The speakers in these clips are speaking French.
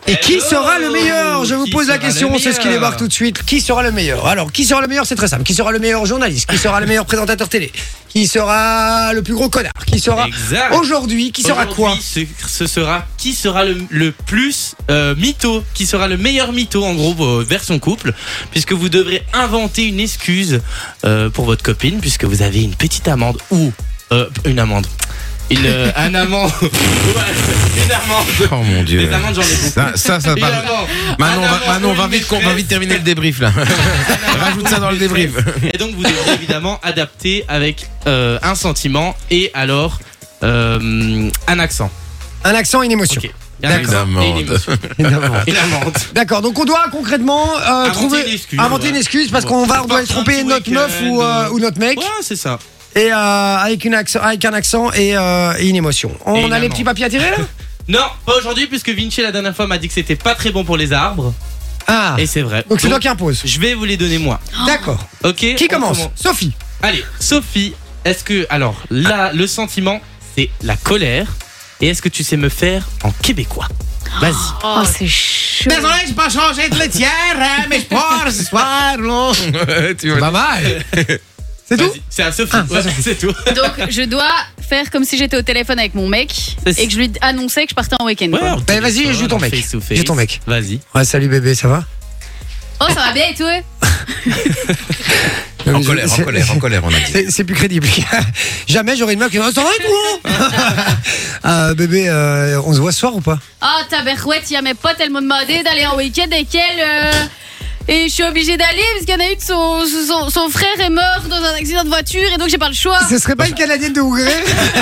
Et qui sera le meilleur? Je vous Qui pose la sera question, le c'est ce qui meilleur débarque tout de suite. Qui sera le meilleur? Alors, qui sera le meilleur? C'est très simple. Qui sera le meilleur journaliste? Qui sera le meilleur présentateur télé? Qui sera le plus gros connard? Qui sera Exact. aujourd'hui? Qui sera quoi? Ce sera qui sera le plus mytho, qui sera le meilleur mytho en gros version couple, puisque vous devrez inventer une excuse pour votre copine, puisque vous avez une petite amende ou une amende. Un amant. Une amende. Oh mon Dieu. Les amendes, j'en ai beaucoup. Ça Une parle. amende. Manon, on va vite terminer le débrief là. Rajoute ça dans le débrief. Et donc vous devrez évidemment adapter avec un sentiment et alors un accent. Un accent, une émotion. Ok. D'accord. Et une émotion. Une amende. Et l'amende. D'accord, donc on doit concrètement trouver une excuse, parce qu'on doit Partir tromper un notre petit meuf ou notre mec. Ouais, c'est ça. Et avec un accent et une émotion. On Et a une les amende. petits papiers à tirer là? Non, pas aujourd'hui, puisque Vinci la dernière fois m'a dit que c'était pas très bon pour les arbres. Ah. Et c'est vrai. Donc c'est toi qui impose. Je vais vous les donner moi. D'accord. Ok. Qui on commence? Sophie. Allez, Sophie, est-ce que alors là le sentiment c'est la colère et est-ce que tu sais me faire en québécois? Vas-y. Oh, c'est chaud. Désolé, j'ai pas changé de laitière, mais je pars ce soir, non. Pas mal. C'est tout? Vas-y, c'est à Sophie. Ah, Ouais, c'est tout. Donc, je dois faire comme si j'étais au téléphone avec mon mec C'est- et que je lui annonçais que je partais en week-end. quoi. Ben, vas-y, joue ton mec. Joue ton mec. Vas-y. Ouais, salut bébé, ça va? Oh, ça va bien et toi? En colère, on a dit. C'est plus crédible. Jamais j'aurais une meuf qui dit ça va et toi? Bébé, on se voit ce soir ou pas? Ah, tabarouette, il y a mes potes, elles m'ont demandé d'aller en week-end avec elles. Et je suis obligée d'aller parce qu'il y en a une, son frère est mort dans un accident de voiture et donc j'ai pas le choix. Ce serait pas une Canadienne de Hongrie?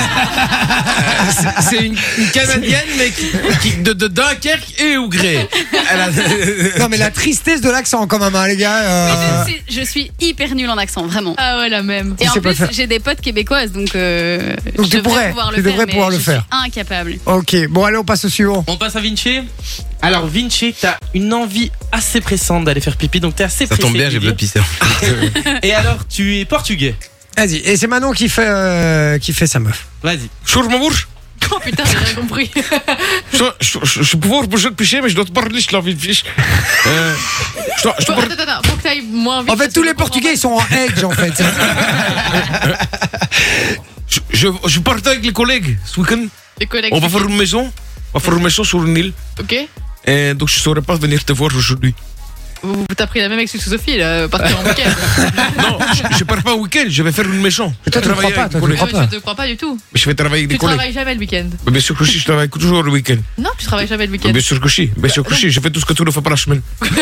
C'est une Canadienne, mais qui de Dunkerque et Ougré. Non, mais la tristesse de l'accent, quand même, hein, les gars. Je suis hyper nulle en accent, vraiment. Ah ouais, la même. Et Tu en sais pas plus, le faire. j'ai des potes québécoises, donc je Donc tu devrais pourrais, pouvoir le tu faire. devrais mais pouvoir le je faire. suis incapable. Ok, bon, allez, on passe au suivant. On passe à Vinci. Alors Vinci, t'as une envie assez pressante d'aller faire pipi, donc t'es assez Ça pressé. tombe bien, de j'ai dire. besoin de pisser. Et alors, tu es portugais. Vas-y, et c'est Manon qui fait sa meuf. Vas-y. Change mon bouche. Oh putain, j'ai rien compris. Je peux pouvoir bouger de picher, mais je dois te parler, je l'ai envie de fiche. Attends, faut que t'ailles moins vite. En fait, parce tous que les je comprends Portugais, ils sont en edge, en fait. Je parte avec les collègues ce week-end. pas. Les collègues. On va faire une maison. On va faire une maison sur une île. Ok. Et donc je ne saurais pas venir te voir aujourd'hui. T'as pris la même excuse que Sophie, là, partir en week-end. Non, je pars pas au week-end, je vais faire une maison. Et toi, tu ne crois pas, toi, tu ne crois pas. Je te crois pas du tout. Mais je vais travailler avec des Tu collègues. travailles jamais le week-end. Mais bien sûr que si, je travaille toujours le week-end. Non, tu travailles jamais le week-end. Bien sûr que si, je fais tout ce que tu ne fais pas la semaine.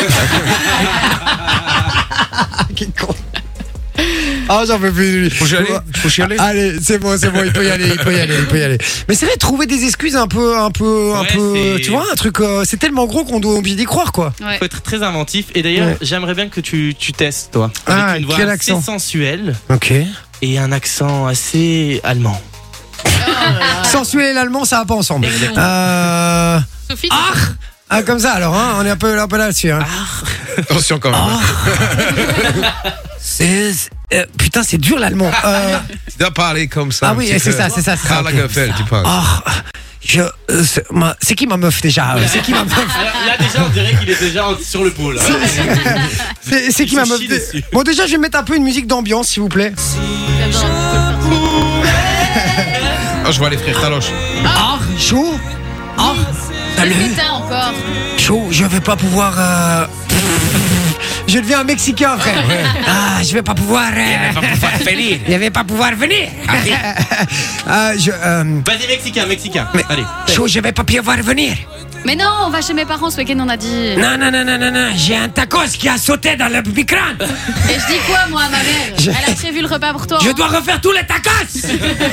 Quel con. Ah, j'en peux plus de lui. Faut y aller. Allez, c'est bon, il peut y aller. Mais c'est vrai, trouver des excuses un peu, c'est- tu vois, un truc, c'est tellement gros qu'on doit obligé d'y croire, quoi. Ouais. Faut être très inventif. Et d'ailleurs, Ouais. j'aimerais bien que tu testes, toi. Ah, Avec une voix quel assez accent sensuelle Ok. et un accent assez allemand. Sensuel et l'allemand, ça va pas ensemble. Sophie, Ah, comme ça, alors, hein, on est un peu là-dessus, hein. Attention quand même. Putain, c'est dur l'allemand. Tu dois parler comme ça. Ah un oui, petit c'est peu. ça. Karl ok. Lagerfeld, tu parles. C'est qui ma meuf déjà? C'est qui ma meuf? Alors, là, déjà, on dirait qu'il est déjà sur le pôle. C'est qui ma se meuf? chie dessus. Bon, déjà, je vais mettre un peu une musique d'ambiance, s'il vous plaît. Oh, je vois les frères Taloche. Ah, chaud. Ah, salut. Putain, encore. Chaud, je vais pas pouvoir. Je deviens un Mexicain, frère. Ah, je vais pas pouvoir. Je vais pas pouvoir venir. Vas-y, Mexicain. Mais- Allez. Chaud, je vais pas pouvoir venir. Mais non, on va chez mes parents ce week-end, on a dit. Non, j'ai un tacos qui a sauté dans le micro-ondes. Et je dis quoi, moi, à ma mère? Elle a prévu le repas pour toi. Je hein. dois refaire tous les tacos.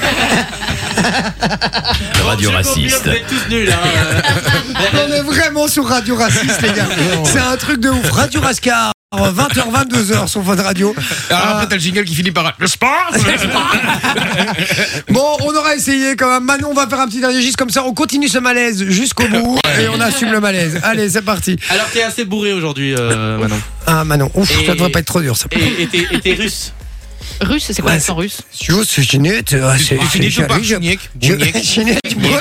Radio raciste. Vous êtes tous nuls. Hein. On est vraiment sur Radio Raciste, les gars. C'est un truc de ouf. Radio Rascar. 20h, 22h sur votre radio. Alors après, t'as le jingle qui finit par le sport. Bon, on aura essayé quand même. Manon, on va faire un petit dernier geste comme ça. On continue ce malaise jusqu'au bout et on assume le malaise. Allez, c'est parti. Alors, t'es assez bourré aujourd'hui, Manon. Ah, Manon, ouf, Et- ça devrait pas être trop dur, ça. Et t'es russe. Russe, c'est quoi Ouais, l'accent russe? C'est Ginette. Tu finis tout par Chignac. Ginette,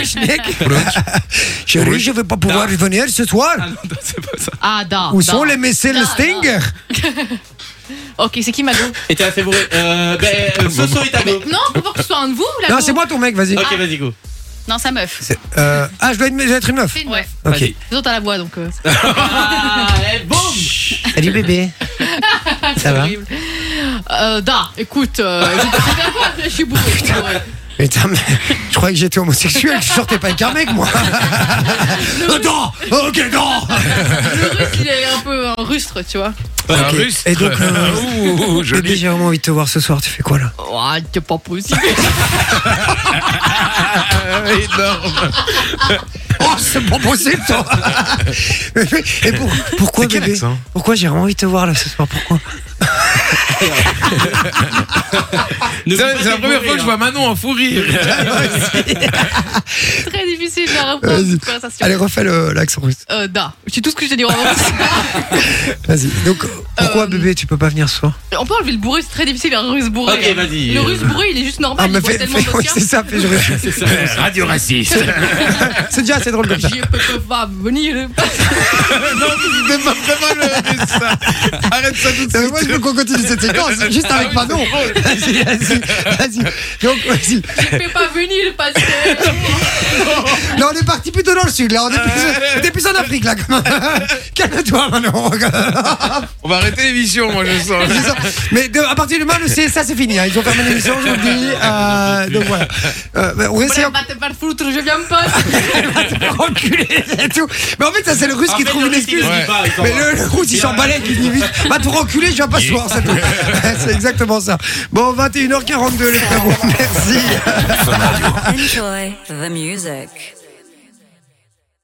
chérie, je vais pas pouvoir venir ce soir. Ah non, c'est pas ça. Ah, da. Où sont les missiles Stinger? Ok, c'est qui Mago? Et t'es assez bourré. Soso Itago. Non, pour pas que ce soit un de vous, là. Non, c'est moi ton mec, vas-y. Ok, vas-y, go. Non, sa meuf. Je dois être une meuf. C'est une Ouais. meuf. Ok. Vas-y. Les autres à la voix, donc. Ah, et boum. Salut bébé. Ça va? Horrible. Da, écoute, je suis bourré. Putain, mais je croyais que j'étais homosexuel, je sortais pas avec un mec, moi. Non, ok, non. Le russe, il est un peu un rustre, tu vois. Un Ok. russe. Et donc, Ouh, bébé, joli. j'ai vraiment envie de te voir ce soir, tu fais quoi là? Oh, c'est pas possible. Énorme. Oh, c'est pas possible, toi. Et pourquoi, C'est quel bébé? accent Pourquoi j'ai vraiment envie de te voir là ce soir? Pourquoi? Ne C'est vous la faites première bourrer, fois que je vois Manon en fou rire. Très difficile de reprendre Vas-y. cette conversation. Allez, refais l'accent russe. Da. C'est tout ce que je t'ai dit en russe. Vas-y. Donc, pourquoi, bébé, tu peux pas venir ce soir? On peut enlever le bourré, c'est très difficile, un russe bourré. Ok, vas-y. Le russe bourré, il est juste normal, il boit tellement de oui, vodka. c'est ça, fais jouer. C'est ça. Radio raciste. C'est déjà assez drôle comme ça. Je peux pas venir. Non, c'est pas vraiment le russe, ça. Arrête ça tout de Mais suite. moi, je veux qu'on continue cette séquence, juste avec Manon. Vas-y. Donc, vas-y. Je peux pas venir parce que. Là, on est parti plutôt dans le sud, là. On est plus en Afrique, là, quand même. Calme-toi, Manon. On va arrêter l'émission, moi, je sens. C'est ça. Mais à partir de maintenant, ça, c'est fini. Hein. Ils ont fermé l'émission, je vous le dis. Donc, voilà. On va essayer. Va te faire foutre, je viens pas. Enculé et tout. Mais en fait, ça, c'est le russe En qui fait, trouve le une russe, il excuse. le dit pas, il s'en Mais va. le russe, il s'en balait, qui dit vite. Va te renculer, je viens pas ce soir, c'est tout. C'est exactement ça. Bon, 21h42, les frérots. Merci. Enjoy the music.